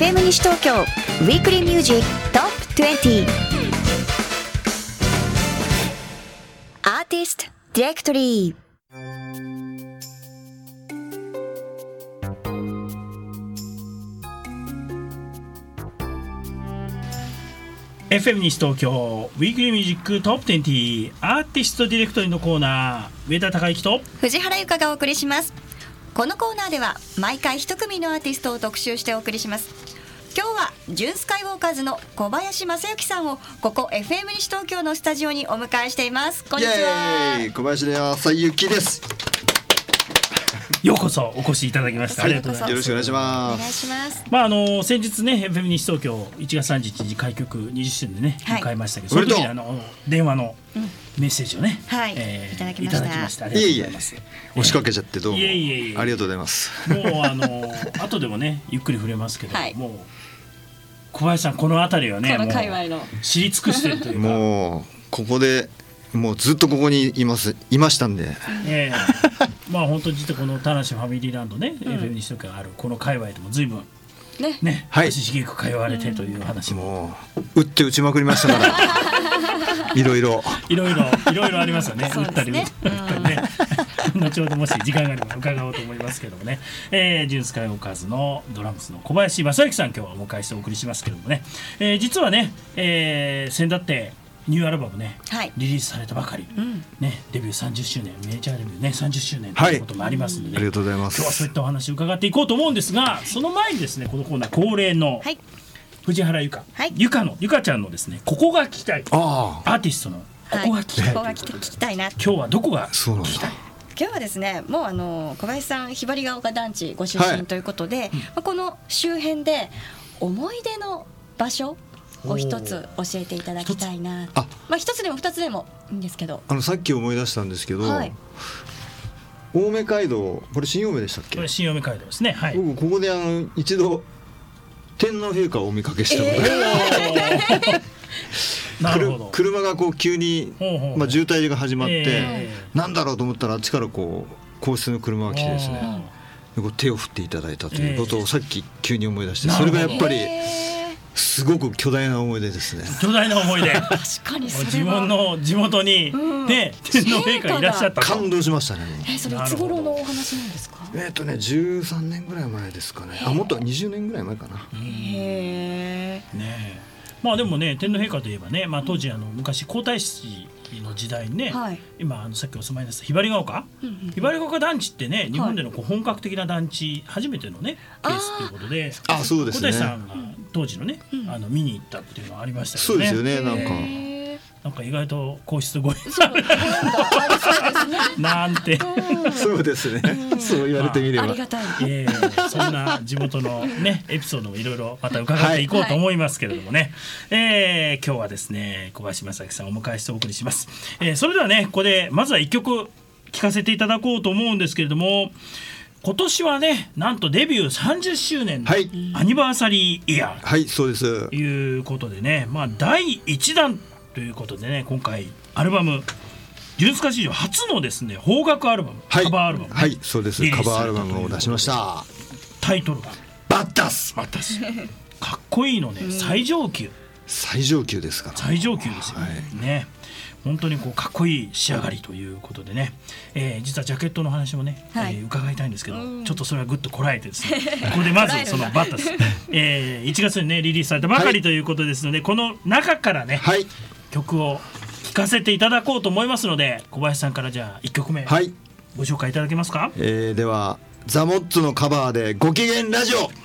FM 西東京ウィークリーミュージックトップ20アーティストディレクトリー。 FM 西東京ウィークリーミュージックトップ20アーティストディレクトリーのコーナー、上田貴之と藤原由香がお送りします。このコーナーでは毎回一組のアーティストを特集してお送りします。今日はジュンスカイウォーカーズの小林正幸さんをここ FM 西東京のスタジオにお迎えしています。こんにちは。 イエーイ、小林正幸です。 ようこそお越しいただきました。ありがとうございます。 よろしくお願いします。 お願いします。 先日ね FM 西東京1月31日開局20周年でね、 はい、 迎えましたけど、その時に電話のメッセージをね、 はい、いただきました。 ありがとうございます。 押しかけちゃってどうもいえありがとうございます。 もう後でもねゆっくり触れますけど、 はい、 もう小林さんこの辺りはね、 この界隈のもう知り尽くしてるというか、 もうここでもうずっとここにいましたんで、 まあ本当に実はこの田無ファミリーランドね、FM 西東京があるこの界隈でも随分ね、足しげく通われてという話も、 打って打ちまくりましたからいろいろありますよね。打ったりね後ほどもし時間があれば伺おうと思いますけどもね、ジュンスカイウォーカーズのドラムスの小林正幸さん、今日はお迎えしてお送りしますけどもね、実はね、先だってニューアルバムね、 はい、 リリースされたばかり、ね、デビュー30周年メジャーデビューね30周年ということもありますので、ね、 ありがとうございます。 今日はそういったお話を伺っていこうと思うんですが、その前にですねこのコーナー恒例の、はい、藤原由香、はい、由香ちゃんのですねここが聞きたいアーティストのここが聞きたい、 ここが聞きたいな。 今日はどこが聞きたい？ 今日はですね、もう小林さんひばりが丘団地ご出身ということで、この周辺で思い出の場所を一つ教えていただきたいな。一つでも二つでもいいんですけど、 さっき思い出したんですけど、青梅街道、これ新青梅でしたっけ？ これ新青梅街道ですね。はい、 僕ここで一度天皇陛下をお見かけしたことがなるほど。 車がこう急に渋滞が始まって、なんだろうと思ったらあっちからこう皇室の車が来てですね、こう手を振っていただいたということをさっき急に思い出して、それがやっぱりすごく巨大な思い出ですね。 巨大な思い出。 確かにそれは自分の地元に、ね、天皇陛下いらっしゃったと。 感動しましたね。 それいつ頃のお話なんですか ？13年ぐらい前ですかね。もっと20年ぐらい前かな。 ねまあでもね、天皇陛下といえばね、当時昔皇太子の時代にね、今さっきお住まいですひばりが丘、ひばりが丘団地ってね、日本での本格的な団地初めてのねケースということで、 そうですね、 皇太子さんが当時のね見に行ったっていうのがありましたけどね。そうですよね。なんか意外と皇室ごなんてそうですね、そう言われてみれば、 ありがたい。 そんな地元のねエピソードもいろいろまた伺っていこうと思いますけれどもね、今日はですね小林正幸さんをお迎えしてお送りします。それではねここでまずは1曲聴かせていただこうと思うんですけれども、今年はねなんとデビュー30周年のアニバーサリーイヤーそうですということでね、第1弾ということでね、今回アルバムジュンスカ史上初のですね邦楽アルバム、カバーアルバム、 そうです、カバーアルバムを出しました。 タイトルがバッタスかっこいいのね、最上級ですから、 最上級ですよね。本当にこうかっこいい仕上がりということでね、実はジャケットの話もね、伺いたいんですけど、ちょっとそれはぐっとこらえてですねここでまずそのバッタス、1月にねリリースされたばかりということですので、この中からね、曲を聴かせていただこうと思いますので、小林さんからじゃあ1曲目、ご紹介いただけますか？ ではザ・モッツのカバーでご機嫌ラジオ。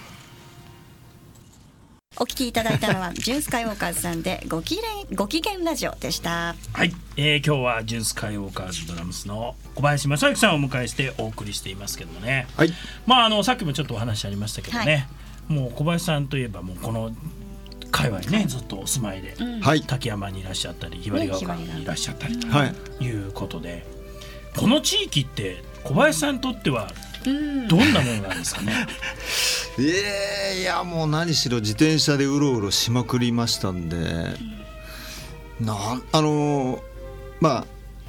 お聞きいただいたのはジュンスカイウォーカーズさんでご機嫌ラジオでした。 はい、今日はジュンスカイウォーカーズドラムスの小林正幸さんをお迎えしてお送りしていますけどもね、さっきもちょっとお話ありましたけどね、もう小林さんといえばもうこの界隈ねずっとお住まいで、滝山にいらっしゃったりひばりが丘にいらっしゃったりということで、この地域って小林さんにとってはどんなものなんですかね？ いやもう何しろ自転車でうろうろしまくりましたんで、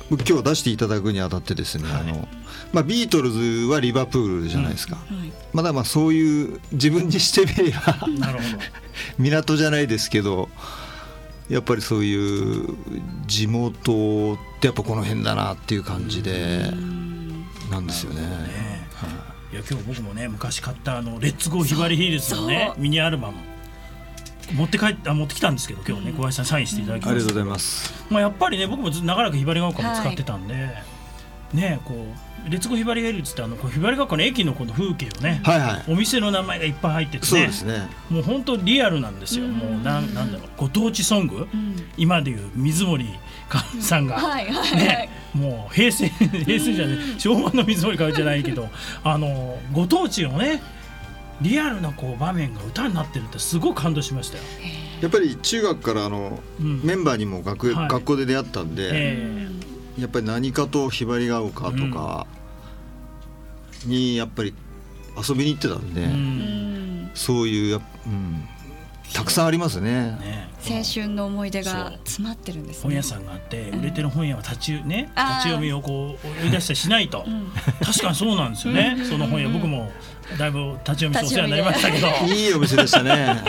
僕今日出していただくにあたってですね、ビートルズはリバプールじゃないですか、まだそういう自分にしてみればなるほど港じゃないですけど、やっぱりそういう地元ってやっぱこの辺だなっていう感じでなんですよね。 いや今日僕もね昔買ったレッツゴーひばりヒルズのねミニアルバム持ってきたんですけど、今日ね小林さんサインしていただきました。 ありがとうございます。 やっぱりね僕も長らくひばりが丘も使ってたんで、ねこうレッツゴーひばりヒルズってひばりが丘の駅のこの風景をね、お店の名前がいっぱい入っててね、 そうですね、 もう本当リアルなんですよ。もうなんだろう、ご当地ソング、今でいう水森かおりさんがね、もう平成じゃね昭和の水森かおりじゃないけどご当地のねリアルなこう場面が歌になってるってすごく感動しましたよ。 やっぱり中学からメンバーにも学校で出会ったんで、やっぱり何かとひばりが丘とかにやっぱり遊びに行ってたんで、そういうたくさんありますね。 青春の思い出が詰まってるんですね。 本屋さんがあって売れてる本屋は立ち読みをこう追い出したりしないと、確かにそうなんですよね。その本屋僕もだいぶ立ち読みしてお世話になりましたけどいいお店でしたね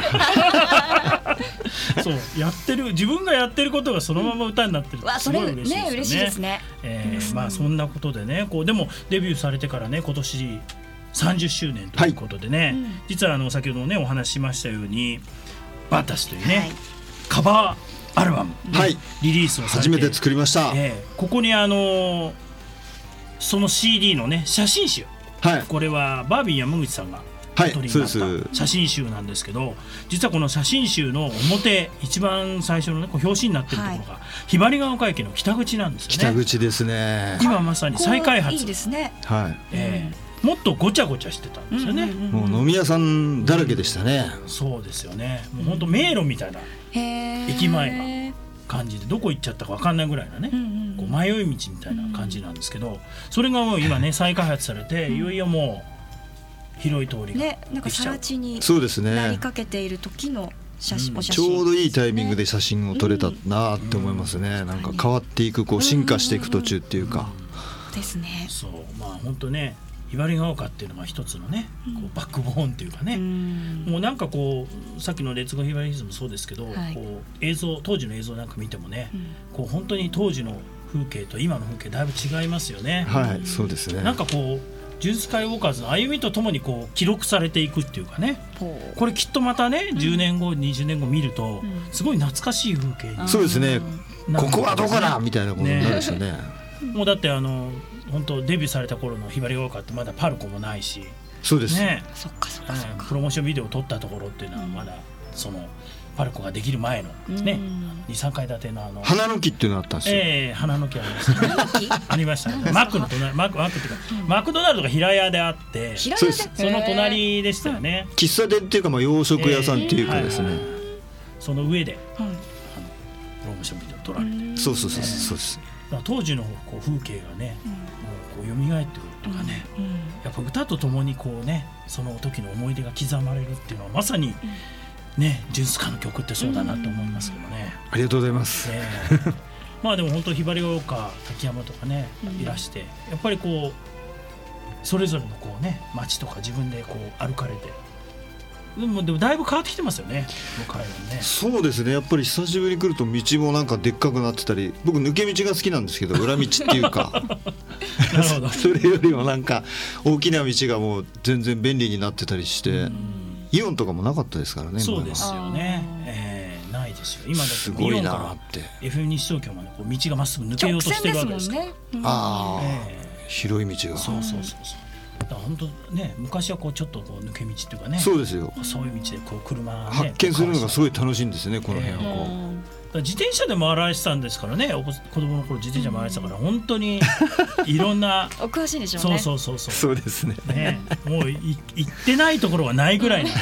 そう自分がやってることがそのまま歌になってるってすごい嬉しいですよね。 嬉しいですね。 そんなことでねでもデビューされてからね今年30周年ということでね、実は先ほどねお話ししましたようにバタスというね、カバーアルバム、リリースをされて初めて作りました。 ここにその CD のね写真集、これはバービー山口さんがお取りになった写真集なんですけど、実はこの写真集の表一番最初のね表紙になってるところがひばりが丘駅の北口なんですよね。 北口ですね。 今まさに再開発。 いいですね。 もっとごちゃごちゃしてたんですよね。 もう飲み屋さんだらけでしたね。 そうですよね。もう本当迷路みたいな駅前が感じでどこ行っちゃったか分かんないぐらいなね、こう迷い道みたいな感じなんですけど、それがもう今ね再開発されていよいよもう広い通りがでなんかきちゃう。 更地にそうですね。 なりかけている時のお写真、 ちょうどいいタイミングで写真を撮れたなって思いますね。なんか変わっていく進化していく途中っていうか。 ですね。 そう本当ね。ひばりが丘っていうのが一つのね、こうバックボーンっていうかね、もうなんかこうさっきのレッツゴーひばりヒルズもそうですけど、こう当時の映像なんか見てもね、こう本当に当時の風景と今の風景だいぶ違いますよね。 そうですね。 なんかこうジュンスカイウォーカーズの歩みとともにこう記録されていくっていうかね、これきっとまたね10年後20年後見るとすごい懐かしい風景に、 そうですね。ここはどこだみたいなことになるでしょうね。 もうだって本当デビューされた頃のひばりが丘ってまだパルコもないし、 そうですね。 プロモーションビデオを撮ったところっていうのはまだそのパルコができる前のね、2,3 階建ての花の木っていうのあったんですよ。 花の木ありましたね。ありましたね。マックの隣、マックっていうかマクドナルドが平屋であって、その隣でしたよね。 喫茶店っていうか洋食屋さんっていうかですね。 その上でプロモーションビデオを撮られて、 そうです。 当時のこう風景がね、こう蘇ってくるとかね、やっぱ歌とともにこうねその時の思い出が刻まれるっていうのはまさにねジュンスカの曲ってそうだなと思いますけどね。 ありがとうございます。 でも本当ひばりが丘滝山とかねいらして、やっぱりこうそれぞれのこうね街とか自分でこう歩かれて。でもだいぶ変わってきてますよね。 そうですね。やっぱり久しぶりに来ると道もなんかでっかくなってたり、僕抜け道が好きなんですけど裏道っていうかそれよりもなんか大きな道がもう全然便利になってたりして、イオンとかもなかったですからね。 そうですよね。ないですよ。今だってイオンから FM 西東京までこう道がまっすぐ抜けようとしてるわけですから。 広い道が。 そう。本当ね、昔はこうちょっとこう抜け道っていうかね、 そうですよ。 そういう道でこう車、ね、 発見するのがすごい楽しいんですね、この辺はこう。自転車で回られてたんですからね、子供の頃自転車回られてたから本当にいろんなお詳しいでしょうね。 そうですね。 もう行ってないところはないぐらいの。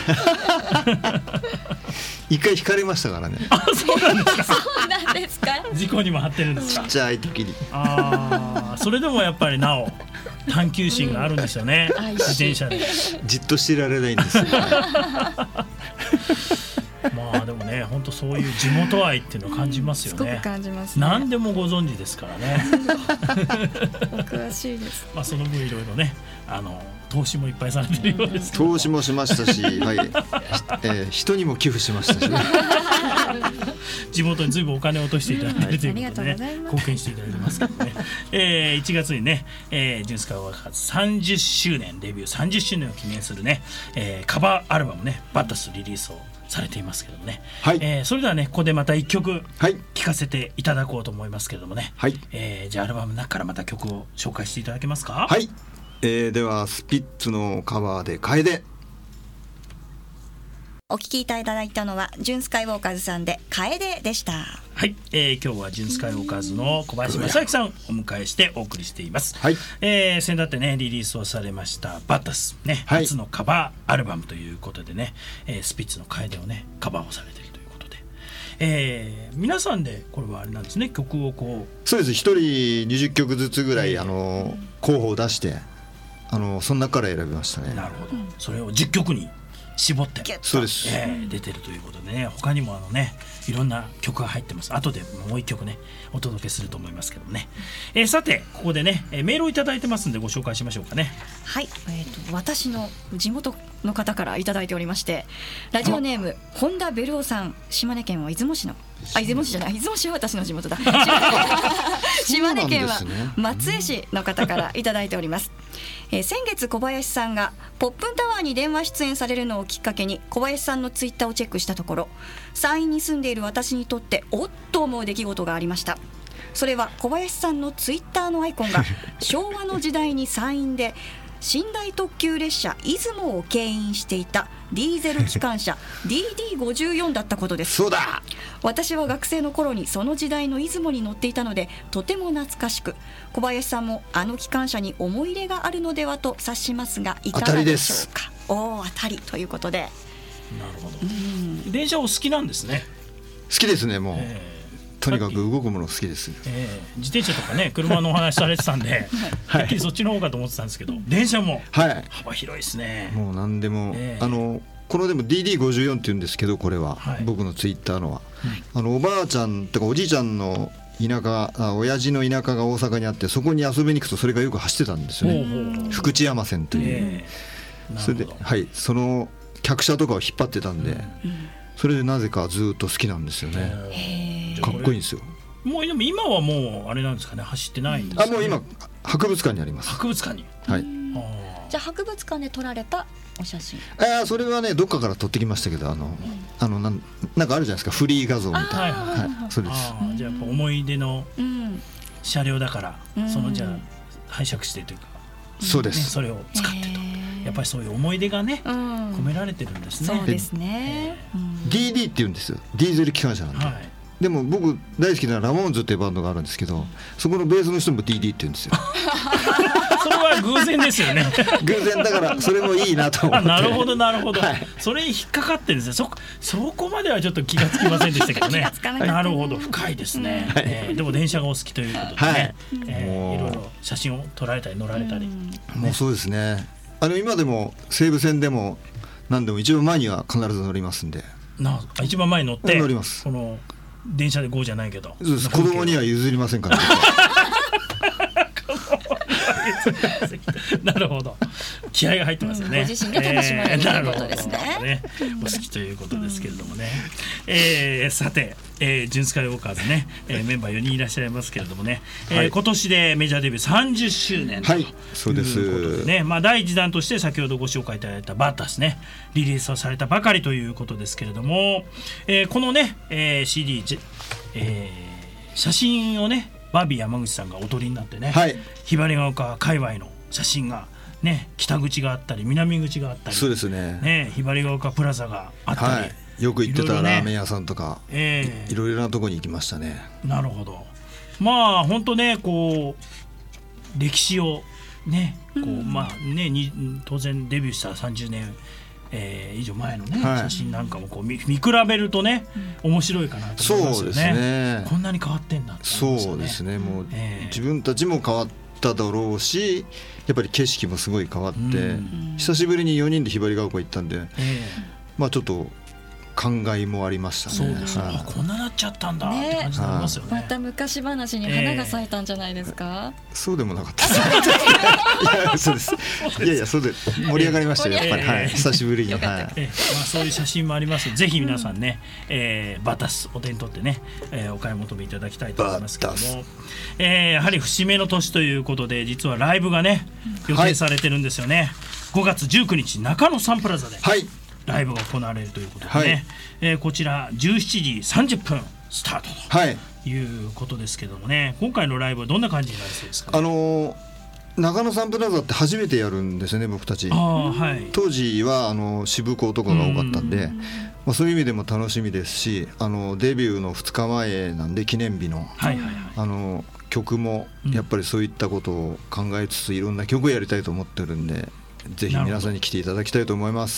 一回引かれましたからね。 そうなんですか。 そうなんですか。 事故にも遭ってるんですか。 ちっちゃい時に。 それでもやっぱりなお探求心があるんですよね。自転車でじっとしてられないんですよ。 でもねね、本当そういう地元愛っていうのを感じますよね。 すごく感じますね。 何でもご存知ですからね。 お詳しいです。 まあその分いろいろね、投資もいっぱいされてるようです。 投資もしましたし、はい、人にも寄付しましたしね。 地元にずいぶんお金を落としていただいているということでね、貢献していただいてますけどね。1月にね、ジュンスカイウォーカーズ30周年デビュー30周年を記念するね、カバーアルバムね、バッタスリリースをされていますけどもね、はい、それではねここでまた1曲聴かせていただこうと思いますけどもね、はい、じゃあアルバムの中からまた曲を紹介していただけますか。 はい、ではスピッツのカバーで楓。 お聞きいただいたのはジュンスカイウォーカーズさんで楓でした。 はい、今日はジュンスカイウォーカーズの小林正明さんをお迎えしてお送りしています。はい、先だってねリリースをされましたバッタスね、はい、初のカバーアルバムということでね、スピッツの楓をねカバーをされているということで、皆さんでこれはあれなんですね、曲をこう。 そうです、一人20曲ずつぐらい、候補を出してその中から選びましたね。 なるほど、それを10曲に絞ってそうです、 出てるということでね、他にもねいろんな曲が入ってます。後でもう一曲ねお届けすると思いますけどね、さてここでねメールをいただいてますんでご紹介しましょうかね。 はい、私の地元の方からいただいておりまして、ラジオネーム本田ベルオさん、島根県は出雲市の出雲市じゃない、出雲市は私の地元だ島根県は松江市の方からいただいております。先月小林さんがポップンタワーに電話出演されるのをきっかけに小林さんのツイッターをチェックしたところ、山陰に住んでいる私にとっておっと思う出来事がありました。それは小林さんのツイッターのアイコンが昭和の時代に山陰で寝台特急列車出雲を牽引していたディーゼル機関車 DD54 だったことです。 そうだ、 私は学生の頃にその時代の出雲に乗っていたのでとても懐かしく、小林さんもあの機関車に思い入れがあるのではと察しますがいかがでしょうか。当たりということで。 なるほど、電車お好きなんですね。 好きですね、もう、とにかく動くもの好きです、 自転車とかね車のお話されてたんで、はっきりそっちの方かと思ってたんですけど、電車も幅広いですね。 もう何でも、このでも DD54 っていうんですけど、これは、僕のツイッターのは、おばあちゃんとかおじいちゃんの田舎、親父の田舎が大阪にあって、そこに遊びに行くとそれがよく走ってたんですよね。福知山線という、それで、はい、その客車とかを引っ張ってたんで、それでなぜかずっと好きなんですよね。かっこいいんですよ。 もうでも今はもうあれなんですかね、走ってないんですかね。 もう今博物館にあります。 博物館に、 はい、じゃあ博物館で撮られたお写真。 それはねどっかから撮ってきましたけど、なんかあるじゃないですか、フリー画像みたいな、はい、そうです。 じゃあやっぱ思い出の車両だから、そのじゃあ拝借してというか、 そうです、 それを使ってと、やっぱりそういう思い出がね、込められてるんですね。 そうですね。 DD って言うんですよ、ディーゼル機関車なんで。でも僕大好きなラモーンズっていうバンドがあるんですけど、そこのベースの人も DD って言うんですよ。 それは偶然ですよね。 偶然だからそれもいいなと思って。 なるほどなるほど、それに引っかかってるんですね。そこまではちょっと気がつきませんでしたけどね。なるほど、深いですね。でも電車がお好きということでね、いろいろ写真を撮られたり乗られたり。 もうそうですね。今でも西武線でも何でも一番前には必ず乗りますんで。 一番前に乗って乗ります。 この電車で GO じゃないけど、 子供には譲りませんから。 なるほど、気合が入ってますよね。 ご自身が楽しまれるということですね。 お好きということですけれどもね。さて、ジュンスカイウォーカーズね、メンバー4人いらっしゃいますけれどもね、今年でメジャーデビュー30周年ということでね、第1弾として先ほどご紹介いただいたバッタスねリリースをされたばかりということですけれども、このね、CD、写真をねバービー山口さんがお撮りになってね、ひばりが丘界隈の写真がね、北口があったり南口があったり、 そうですね、 ひばりが丘プラザがあったり、 よく行ってたラーメン屋さんとか、いろいろなとこに行きましたね。 なるほど。本当ね、こう歴史をね、こう当然デビューした30年以上前のね、写真なんかもこう 見比べるとね、面白いかなと思いますよね。そうですね。こんなに変わってんだって思いますよね。 そうですね。もう、自分たちも変わっただろうし、やっぱり景色もすごい変わって、久しぶりに4人でひばりが丘行ったんで、ちょっと感慨もありましたね。 そうですね、こんななっちゃったんだって感じになりますよね。 また昔話に花が咲いたんじゃないですか。 そうでもなかったですいやそうです。いやいや、そうで盛り上がりましたよ、やっぱり、はい、久しぶりに、 そういう写真もありますので、ぜひ皆さんね、バタスお手に取ってね、お買い求めいただきたいと思いますけども、やはり節目の年ということで、実はライブがね予定されてるんですよね。5月19日中野サンプラザでライブが行われるということでね、こちら17時30分スタートということですけどもね、今回のライブはどんな感じになりそうですかね。 中野サンプラザって初めてやるんですよね、僕たち。当時は渋く男が多かったんで、そういう意味でも楽しみですし、デビューの2日前なんで、記念日の、曲もやっぱりそういったことを考えつつ、いろんな曲をやりたいと思ってるんで、ぜひ皆さんに来ていただきたいと思います。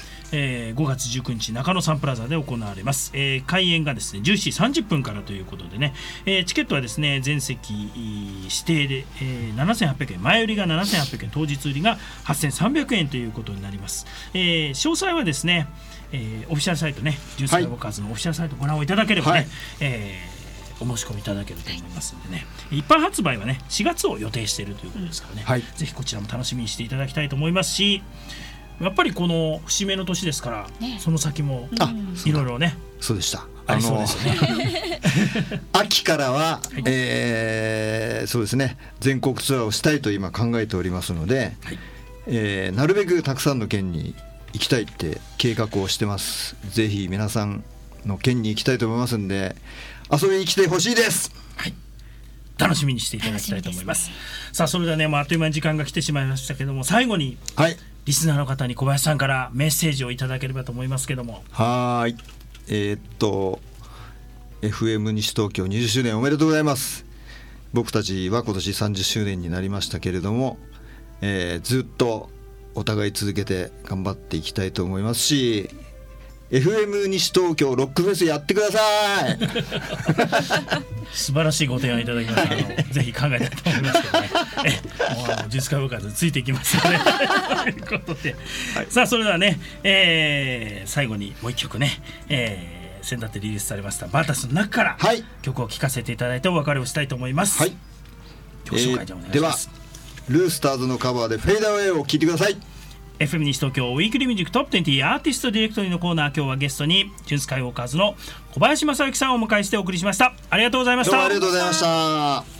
5月19日中野サンプラザで行われます。開演がですね17時30分からということでね、チケットはですね全席指定で、7800円、前売りが7800円、当日売りが8300円ということになります。詳細はですね、オフィシャルサイトね、ジュンスカイウォーカーズのオフィシャルサイトをご覧いただければね、お申し込みいただけると思いますのでね、一般発売はね4月を予定しているということですからね、ぜひこちらも楽しみにしていただきたいと思いますし、やっぱりこの節目の年ですから、その先もいろいろね、 そうでした、 ありそうですよね秋からは、そうですね、全国ツアーをしたいと今考えておりますので、なるべくたくさんの県に行きたいって計画をしてます。ぜひ皆さんの県に行きたいと思いますんで、遊びに来てほしいです。 楽しみにしていただきたいと思います。さあ、それではね、あっという間に時間が来てしまいましたけども、最後に、リスナーの方に小林さんからメッセージをいただければと思いますけども。 FM 西東京20周年おめでとうございます。僕たちは今年30周年になりましたけれども、ずっとお互い続けて頑張っていきたいと思いますし、FM 西東京ロックフェスやってください素晴らしいご提案いただきました。ぜひ考えたいと思いますけどねジュンスカイウォーカーズついていきますよねということで、さあそれではね、最後にもう一曲ね、先だってリリースされましたバタスの中から曲を聴かせていただいてお別れをしたいと思います。曲紹介でお願いします。 ではルースターズのカバーでフェイダーウェイを聴いてください。 FM 西東京ウィークリーミュージックトップ20アーティストディレクトリーのコーナー、今日はゲストにジュンスカイウォーカーズの小林正幸さんをお迎えしてお送りしました。ありがとうございました。 どうもありがとうございました。